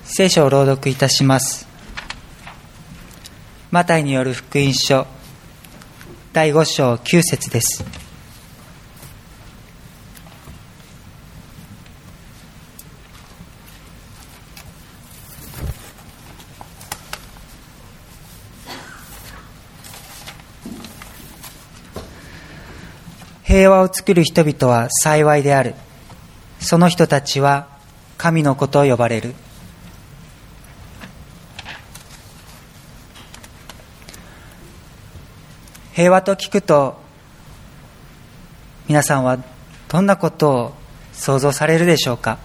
聖書を朗読いたします。マタイによる福音書第5章9節です。平和を作る人々は幸いである。その人たちは神の子と呼ばれる。平和と聞くと、皆さんはどんなことを想像されるでしょうか。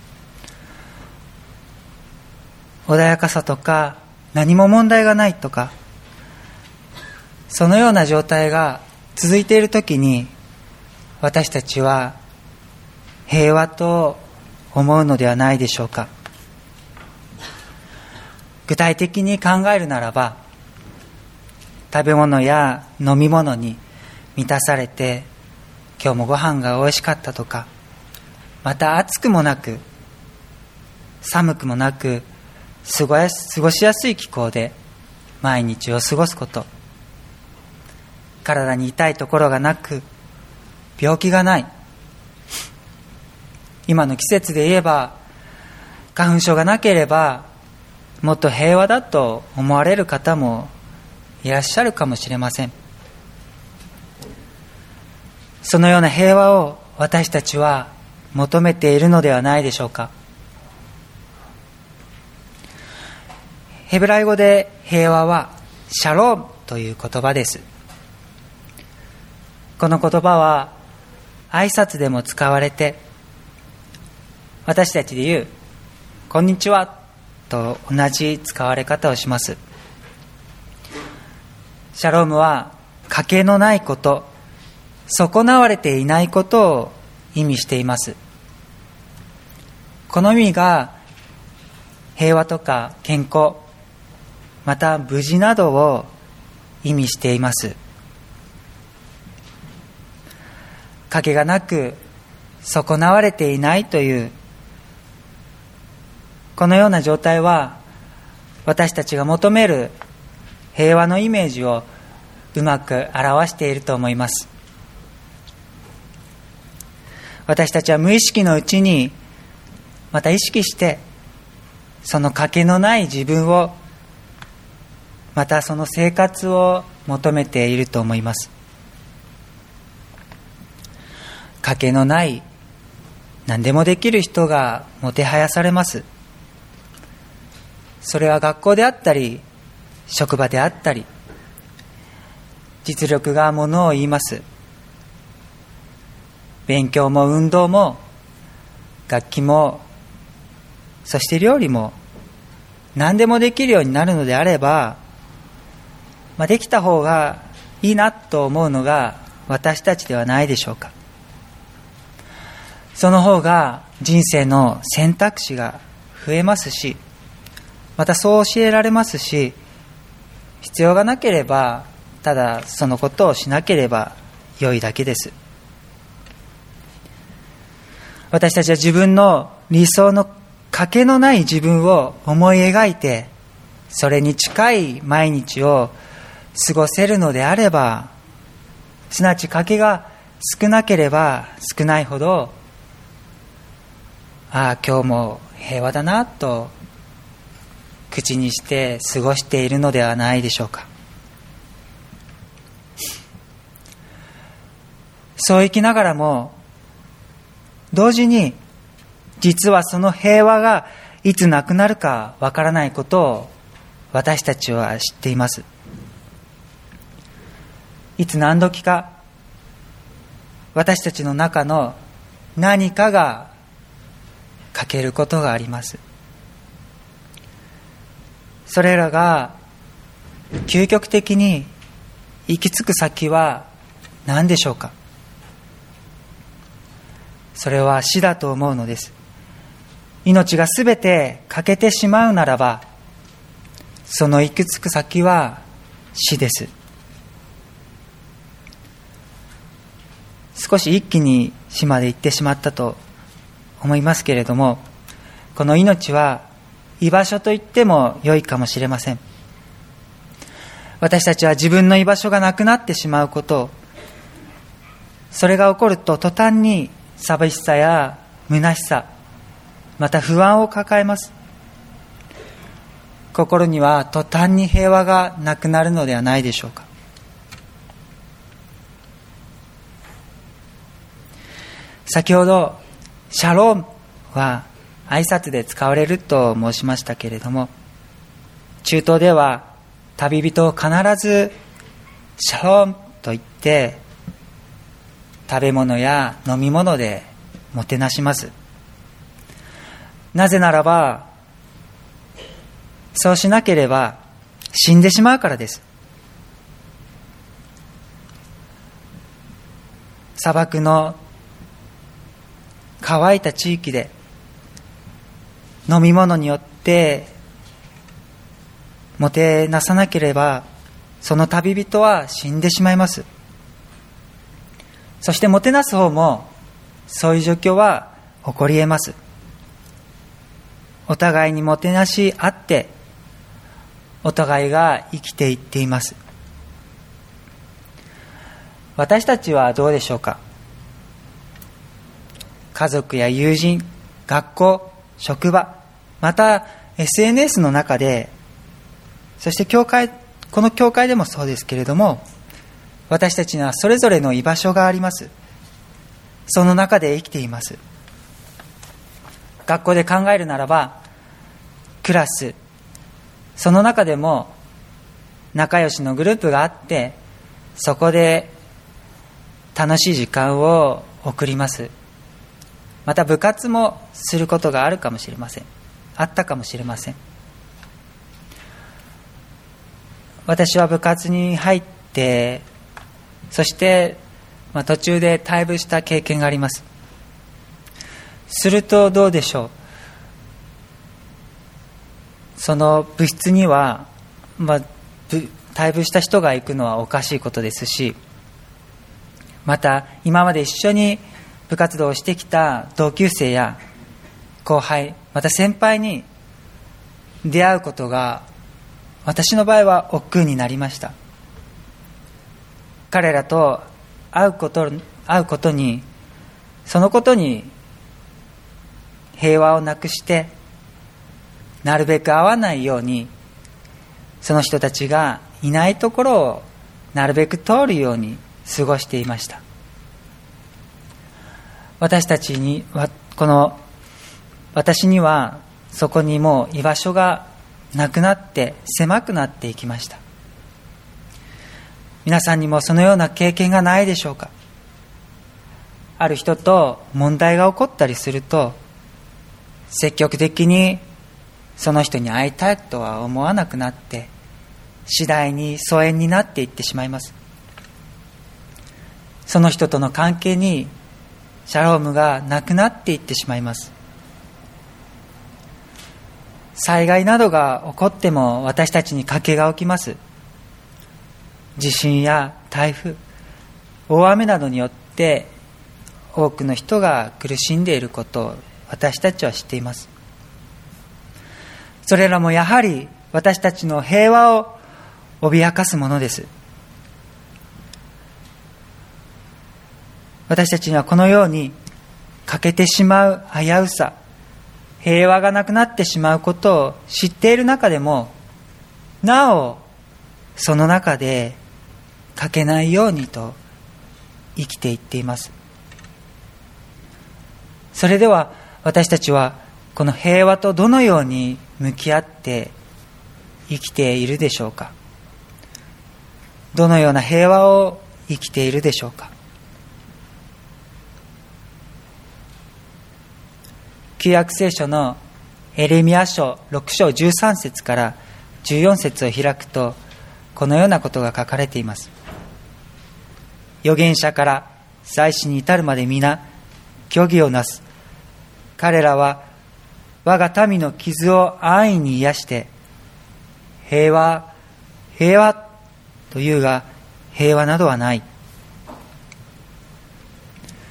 穏やかさとか、何も問題がないとか、そのような状態が続いているときに、私たちは平和と思うのではないでしょうか。具体的に考えるならば、食べ物や飲み物に満たされて、今日もご飯が美味しかったとか、また暑くもなく寒くもなく過ごしやすい気候で毎日を過ごすこと、体に痛いところがなく病気がない、今の季節で言えば花粉症がなければもっと平和だと思われる方もいらっしゃるかもしれません。そのような平和を私たちは求めているのではないでしょうか。ヘブライ語で平和はシャロームという言葉です。この言葉は挨拶でも使われて、私たちで言うこんにちはと同じ使われ方をします。シャロームは欠けのないこと、損なわれていないことを意味しています。この意味が平和とか健康、また無事などを意味しています。欠けがなく損なわれていないというこのような状態は、私たちが求める平和のイメージをうまく表していると思います。私たちは無意識のうちに、また意識してその欠けのない自分を、またその生活を求めていると思います。欠けのない何でもできる人がもてはやされます。それは学校であったり職場であったり、実力がものを言います。勉強も運動も楽器も、そして料理も何でもできるようになるのであれば、できた方がいいなと思うのが私たちではないでしょうか。その方が人生の選択肢が増えますし、またそう教えられますし、必要がなければただそのことをしなければ良いだけです。私たちは自分の理想の欠けのない自分を思い描いて、それに近い毎日を過ごせるのであれば、すなわち欠けが少なければ少ないほど、今日も平和だなと口にして過ごしているのではないでしょうか。そう生きながらも、同時に実はその平和がいつなくなるかわからないことを私たちは知っています。いつ何時か私たちの中の何かが欠けることがあります。それらが究極的に行き着く先は何でしょうか。それは死だと思うのです。命がすべて欠けてしまうならば、その行き着く先は死です。少し一気に死まで行ってしまったと思いますけれども、この命は居場所と言っても良いかもしれません。私たちは自分の居場所がなくなってしまうことを、それが起こると途端に寂しさや虚しさ、また不安を抱えます。心には途端に平和がなくなるのではないでしょうか。先ほどシャロームは挨拶で使われると申しましたけれども、中東では旅人を必ずシャロームと言って食べ物や飲み物でもてなします。なぜならば、そうしなければ死んでしまうからです。砂漠の乾いた地域で飲み物によってもてなさなければ、その旅人は死んでしまいます。そしてもてなす方もそういう状況は起こり得ます。お互いにもてなし合ってお互いが生きていっています。私たちはどうでしょうか。家族や友人、学校、職場、また SNS の中で、そしてこの教会でもそうですけれども、私たちにはそれぞれの居場所があります。その中で生きています。学校で考えるならば、クラス、その中でも仲良しのグループがあって、そこで楽しい時間を送ります。また部活もすることがあるかもしれません。あったかもしれません。私は部活に入って、そして途中で退部した経験があります。するとどうでしょう。その部室には、退部した人が行くのはおかしいことですし、また今まで一緒に部活動をしてきた同級生や後輩、また先輩に出会うことが私の場合は億劫になりました。彼らと会うことに、そのことに平和をなくして、なるべく会わないように、その人たちがいないところをなるべく通るように過ごしていました。私にはそこにもう居場所がなくなって狭くなっていきました。皆さんにもそのような経験がないでしょうか。ある人と問題が起こったりすると、積極的にその人に会いたいとは思わなくなって、次第に疎遠になっていってしまいます。その人との関係にシャロームがなくなっていってしまいます。災害などが起こっても私たちに賭けが起きます。地震や台風、大雨などによって多くの人が苦しんでいることを私たちは知っています。それらもやはり私たちの平和を脅かすものです。私たちにはこのように欠けてしまう危うさ、平和がなくなってしまうことを知っている中でも、なおその中で欠けないようにと生きていっています。それでは私たちはこの平和とどのように向き合って生きているでしょうか。どのような平和を生きているでしょうか。旧約聖書のエレミヤ書6章13節から14節を開くと、このようなことが書かれています。預言者から祭司に至るまで皆虚偽をなす。彼らは我が民の傷を安易に癒して、平和平和というが平和などはない。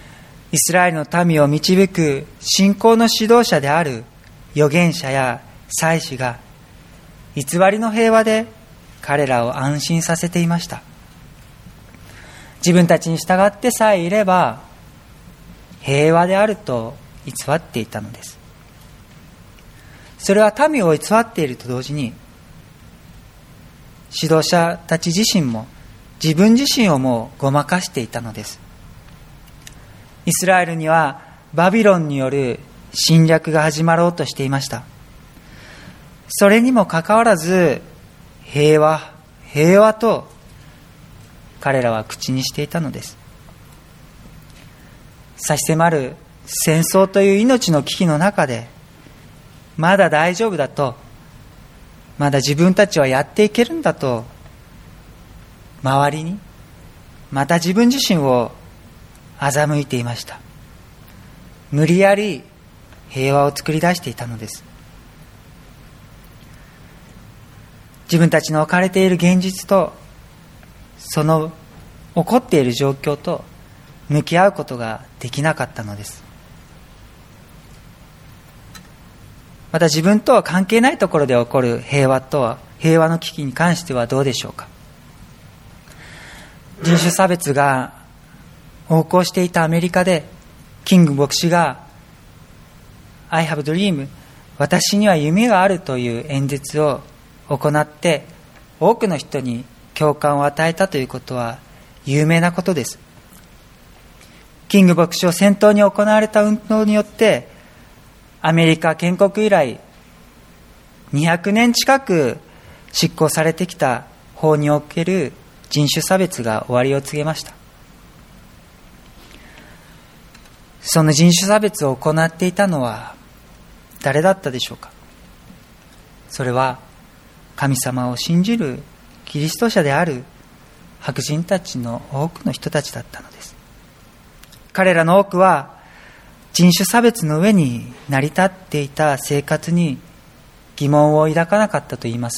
イスラエルの民を導く信仰の指導者である預言者や祭司が偽りの平和で彼らを安心させていました。自分たちに従ってさえいれば平和であると偽っていたのです。それは民を偽っていると同時に、指導者たち自身も自分自身をもごまかしていたのです。イスラエルにはバビロンによる侵略が始まろうとしていました。それにもかかわらず、平和と彼らは口にしていたのです。差し迫る戦争という命の危機の中で、まだ大丈夫だと、まだ自分たちはやっていけるんだと、周りに、また自分自身を欺いていました。無理やり平和を作り出していたのです。自分たちの置かれている現実と、その起こっている状況と向き合うことができなかったのです。また自分とは関係ないところで起こる平和の危機に関してはどうでしょうか。人種差別が横行していたアメリカで、キング牧師が I have a dream、 私には夢があるという演説を行って多くの人に共感を与えたということは有名なことです。キング牧師を先頭に行われた運動によって、アメリカ建国以来200年近く執行されてきた法における人種差別が終わりを告げました。その人種差別を行っていたのは誰だったでしょうか。それは神様を信じるキリスト者である白人たちの多くの人たちだったのです。彼らの多くは人種差別の上に成り立っていた生活に疑問を抱かなかったといいます。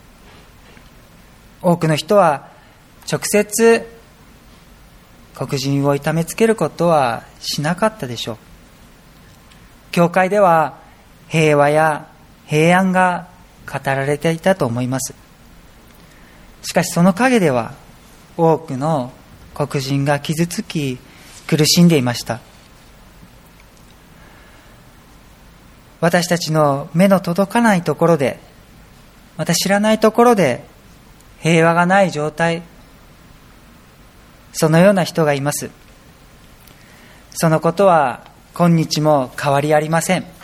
多くの人は直接黒人を痛めつけることはしなかったでしょう。教会では平和や平安が語られていたと思います。しかしその陰では多くの黒人が傷つき苦しんでいました。私たちの目の届かないところで、また知らないところで平和がない状態、そのような人がいます。そのことは今日も変わりありません。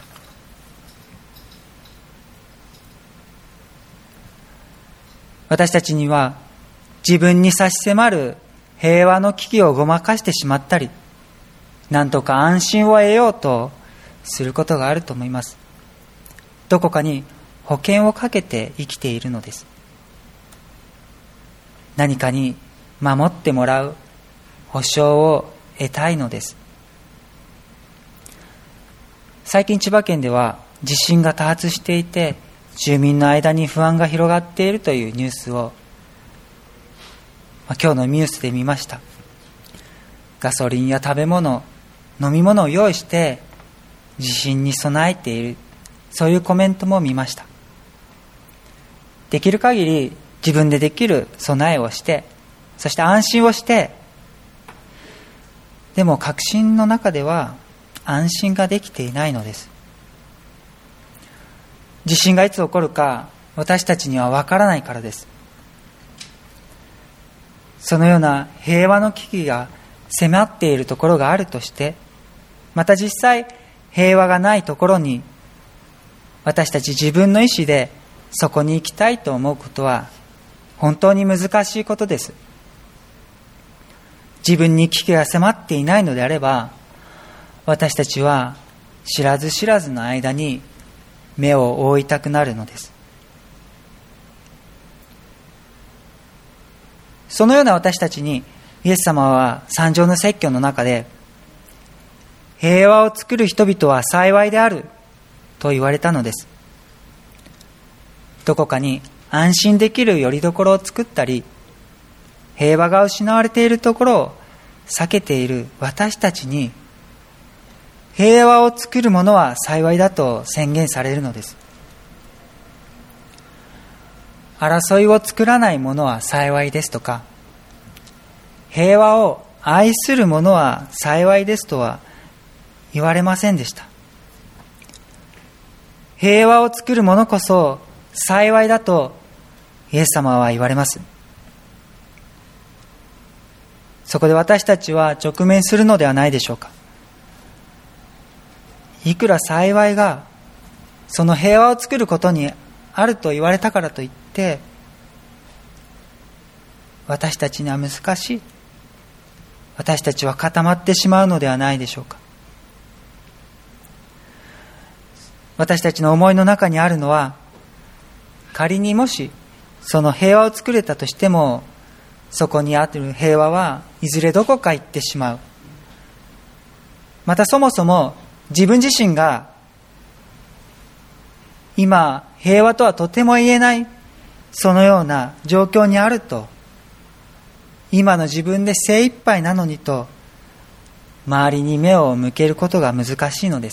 私たちには自分に差し迫る平和の危機をごまかしてしまったり、なんとか安心を得ようとすることがあると思います。どこかに保険をかけて生きているのです。何かに守ってもらう保証を得たいのです。最近千葉県では地震が多発していて、住民の間に不安が広がっているというニュースを、今日のニュースで見ました。ガソリンや食べ物、飲み物を用意して地震に備えている、そういうコメントも見ました。できる限り自分でできる備えをして、そして安心をして、でも確信の中では安心ができていないのです。地震がいつ起こるか私たちには分からないからです。そのような平和の危機が迫っているところがあるとして、また実際平和がないところに私たち自分の意思でそこに行きたいと思うことは本当に難しいことです。自分に危機が迫っていないのであれば、私たちは知らず知らずの間に目を覆いたくなるのです。そのような私たちにイエス様は三条の説教の中で、平和を作る人々は幸いであると言われたのです。どこかに安心できる拠り所を作ったり、平和が失われているところを避けている私たちに、平和を作るものは幸いだと宣言されるのです。 争いを作らない者は幸いですとか、平和を愛する者は幸いですとは言われませんでした。平和を作る者こそ幸いだとイエス様は言われます。そこで私たちは直面するのではないでしょうか。いくら幸いがその平和を作ることにあると言われたからといって私たちには難しい、私たちは固まってしまうのではないでしょうか。私たちの思いの中にあるのは、仮にもしその平和を作れたとしても、そこにある平和はいずれどこか行ってしまう。またそもそも自分自身が今平和とはとても言えないそのような状況にあると、今の自分で精一杯なのにと周りに目を向けることが難しいのです。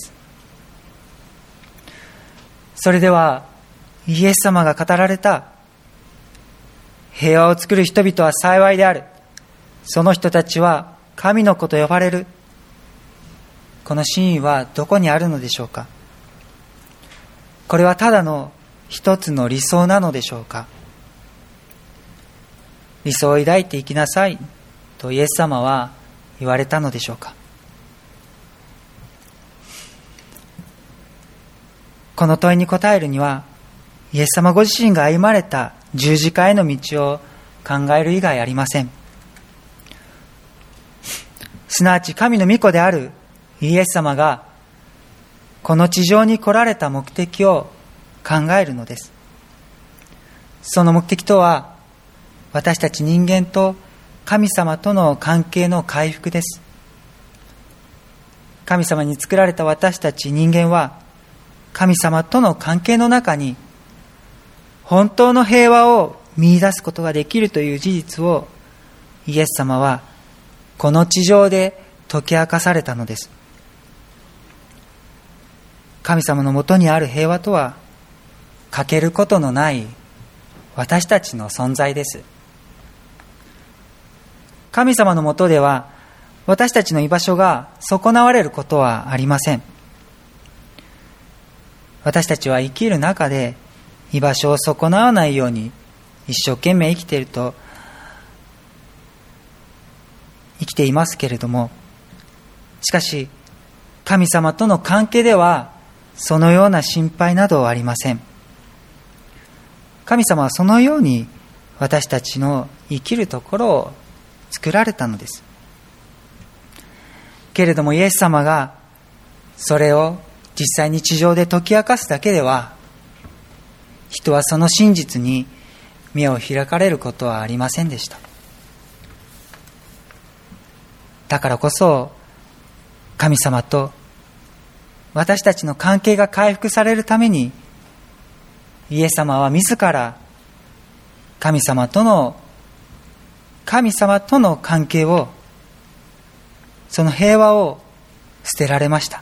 それではイエス様が語られた平和を作る人々は幸いである、その人たちは神の子と呼ばれる、この真意はどこにあるのでしょうか。これはただの一つの理想なのでしょうか。理想を抱いて生きなさいとイエス様は言われたのでしょうか。この問いに答えるには、イエス様ご自身が歩まれた十字架への道を考える以外ありません。すなわち神の御子であるイエス様がこの地上に来られた目的を考えるのです。その目的とは、私たち人間と神様との関係の回復です。神様に作られた私たち人間は、神様との関係の中に本当の平和を見出すことができるという事実を、イエス様はこの地上で解き明かされたのです。神様のもとにある平和とは、欠けることのない私たちの存在です。神様のもとでは、私たちの居場所が損なわれることはありません。私たちは生きる中で居場所を損なわないように一生懸命生きていますけれども、しかし神様との関係ではそのような心配などはありません。神様はそのように私たちの生きるところを作られたのです。けれどもイエス様がそれを実際に地上で解き明かすだけでは、人はその真実に目を開かれることはありませんでした。だからこそ、神様と私たちの関係が回復されるために、イエス様は自ら神様との関係を、その平和を捨てられました。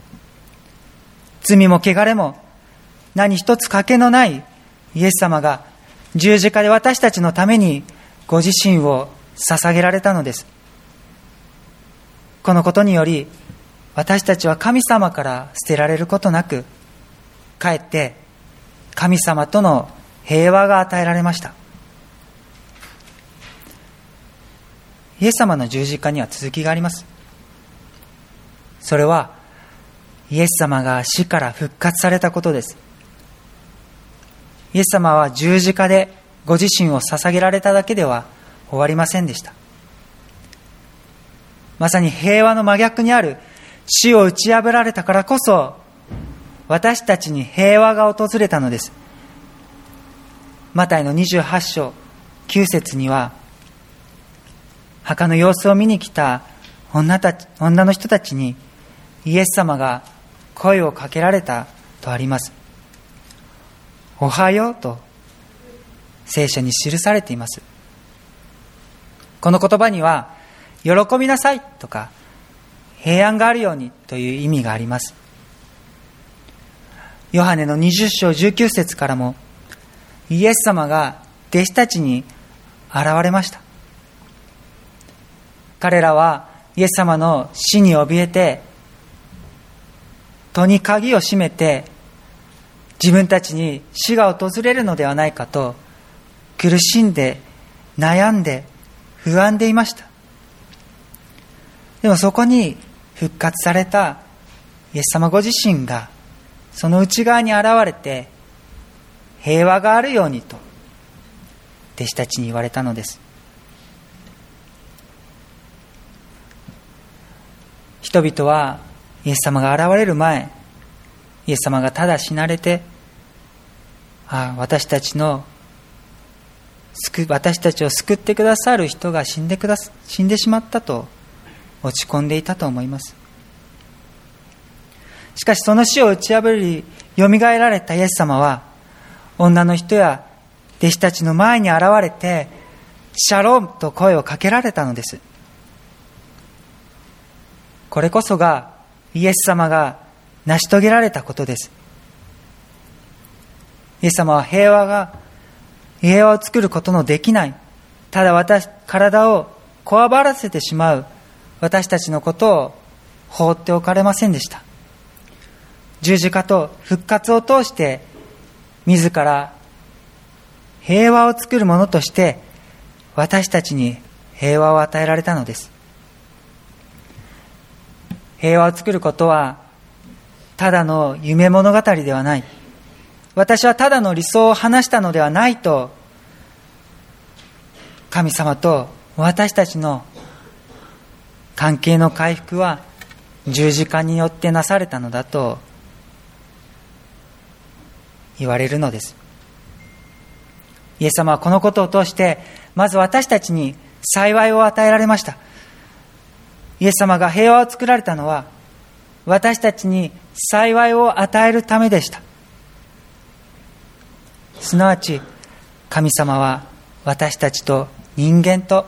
罪も汚れも何一つ欠けのないイエス様が十字架で私たちのためにご自身を捧げられたのです。このことにより、私たちは神様から捨てられることなく、かえって神様との平和が与えられました。イエス様の十字架には続きがあります。それはイエス様が死から復活されたことです。イエス様は十字架でご自身を捧げられただけでは終わりませんでした。まさに平和の真逆にある死を打ち破られたからこそ、私たちに平和が訪れたのです。マタイの28章9節には、墓の様子を見に来た女の人たちにイエス様が声をかけられたとあります。おはようと聖書に記されています。この言葉には、喜びなさいとか平安があるようにという意味があります。ヨハネの20章19節からも、 イエス様が弟子たちに現れました。彼らはイエス様の死に怯えて、戸に鍵を閉めて、自分たちに死が訪れるのではないかと苦しんで悩んで不安でいました。でもそこに復活されたイエス様ご自身がその内側に現れて、平和があるようにと弟子たちに言われたのです。人々はイエス様が現れる前、イエス様がただ死なれて、私たちを救ってくださる人が死んでしまったと落ち込んでいたと思います。しかしその死を打ち破りよみがえられたイエス様は、女の人や弟子たちの前に現れて、シャロームと声をかけられたのです。これこそがイエス様が成し遂げられたことです。イエス様は平和を作ることのできない、ただ体をこわばらせてしまう私たちのことを放っておかれませんでした。十字架と復活を通して自ら平和を作るものとして私たちに平和を与えられたのです。平和を作ることはただの夢物語ではない。私はただの理想を話したのではないと、神様と私たちの関係の回復は十字架によってなされたのだと言われるのです。イエス様はこのことを通してまず私たちに幸いを与えられました。イエス様が平和を作られたのは私たちに幸いを与えるためでした。すなわち神様は私たち人間と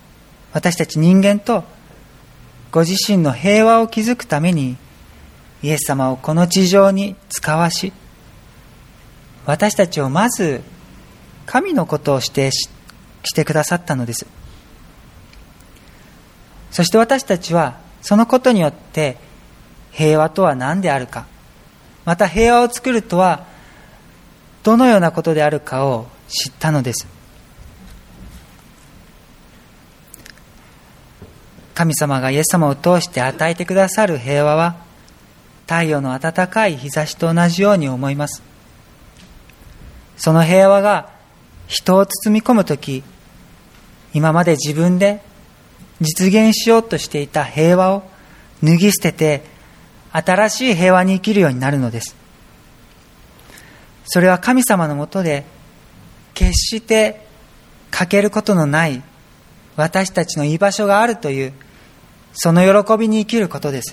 ご自身の平和を築くためにイエス様をこの地上に使わし、私たちをまず神のことをしてくださったのです。そして私たちはそのことによって平和とは何であるか、また平和を作るとはどのようなことであるかを知ったのです。神様がイエス様を通して与えてくださる平和は太陽の暖かい日差しと同じように思います。その平和が人を包み込むとき、今まで自分で実現しようとしていた平和を脱ぎ捨てて新しい平和に生きるようになるのです。それは神様のもとで決して欠けることのない私たちの居場所があるという、その喜びに生きることです。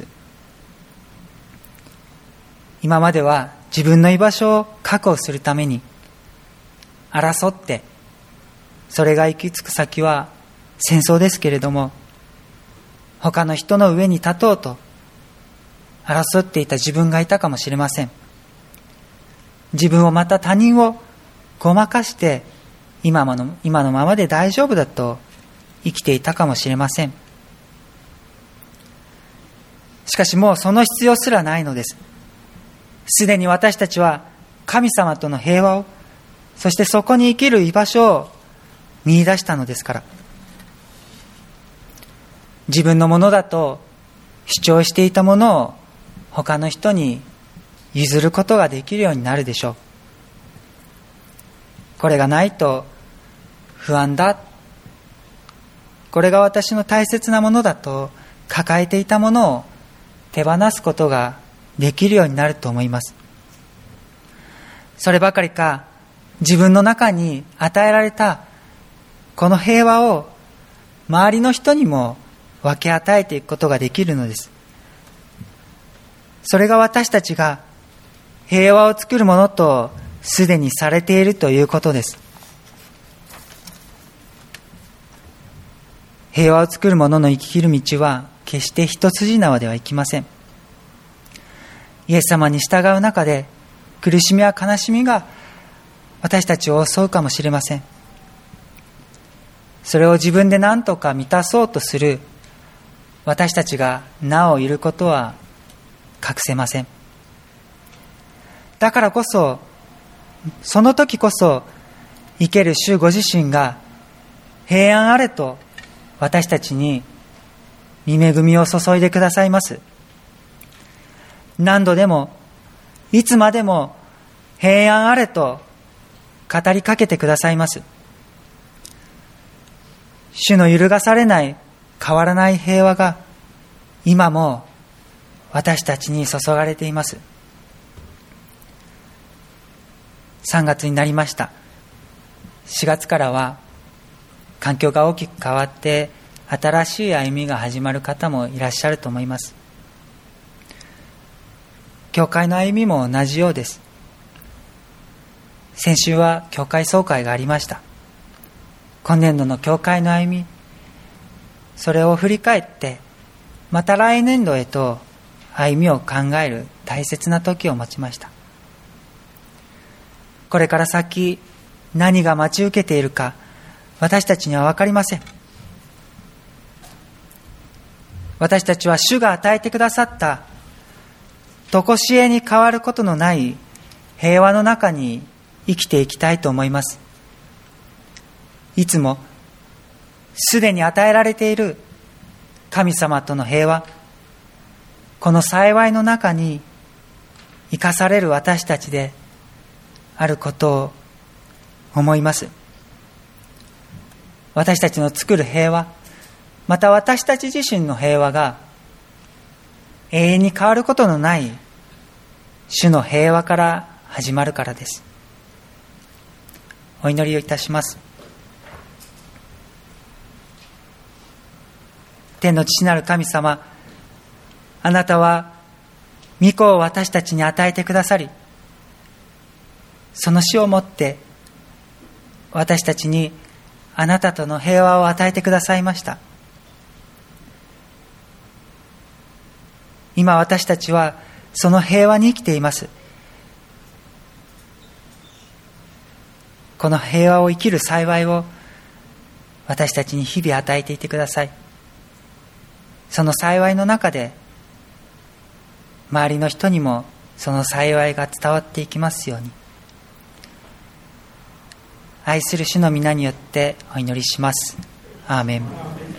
今までは自分の居場所を確保するために争って、それが行き着く先は戦争ですけれども、他の人の上に立とうと争っていた自分がいたかもしれません。自分をまた他人をごまかして今のままで大丈夫だと生きていたかもしれません。しかしもうその必要すらないのです。すでに私たちは神様との平和を、そしてそこに生きる居場所を見出したのですから。自分のものだと主張していたものを他の人に譲ることができるようになるでしょう。これがないと不安だ、これが私の大切なものだと抱えていたものを手放すことができるようになると思います。そればかりか、自分の中に与えられたこの平和を周りの人にも分け与えていくことができるのです。それが私たちが平和を作るものとすでにされているということです。平和を作るものの生き切る道は決して一筋縄ではいきません。イエス様に従う中で苦しみや悲しみが私たちを襲うかもしれません。それを自分で何とか満たそうとする私たちがなおいることは隠せません。だからこそ、その時こそ生ける主ご自身が平安あれと私たちに御恵みを注いでくださいます。何度でもいつまでも平安あれと語りかけてくださいます。主の揺るがされない変わらない平和が今も私たちに注がれています。3月になりました。4月からは環境が大きく変わって新しい歩みが始まる方もいらっしゃると思います。教会の歩みも同じようです。先週は教会総会がありました。今年度の教会の歩み、それを振り返ってまた来年度へと歩みを考える大切な時を持ちました。これから先何が待ち受けているか私たちには分かりません。私たちは主が与えてくださった常しえに変わることのない平和の中に生きていきたいと思います。いつもすでに与えられている神様との平和、この幸いの中に生かされる私たちであることを思います。私たちの作る平和、また私たち自身の平和が永遠に変わることのない主の平和から始まるからです。お祈りをいたします。天の父なる神様、あなたは御子を私たちに与えてくださり、その死をもって私たちにあなたとの平和を与えてくださいました。今私たちはその平和に生きています。この平和を生きる幸いを私たちに日々与えていてください。その幸いの中で周りの人にもその幸いが伝わっていきますように。愛する主の皆によってお祈りします。アーメン。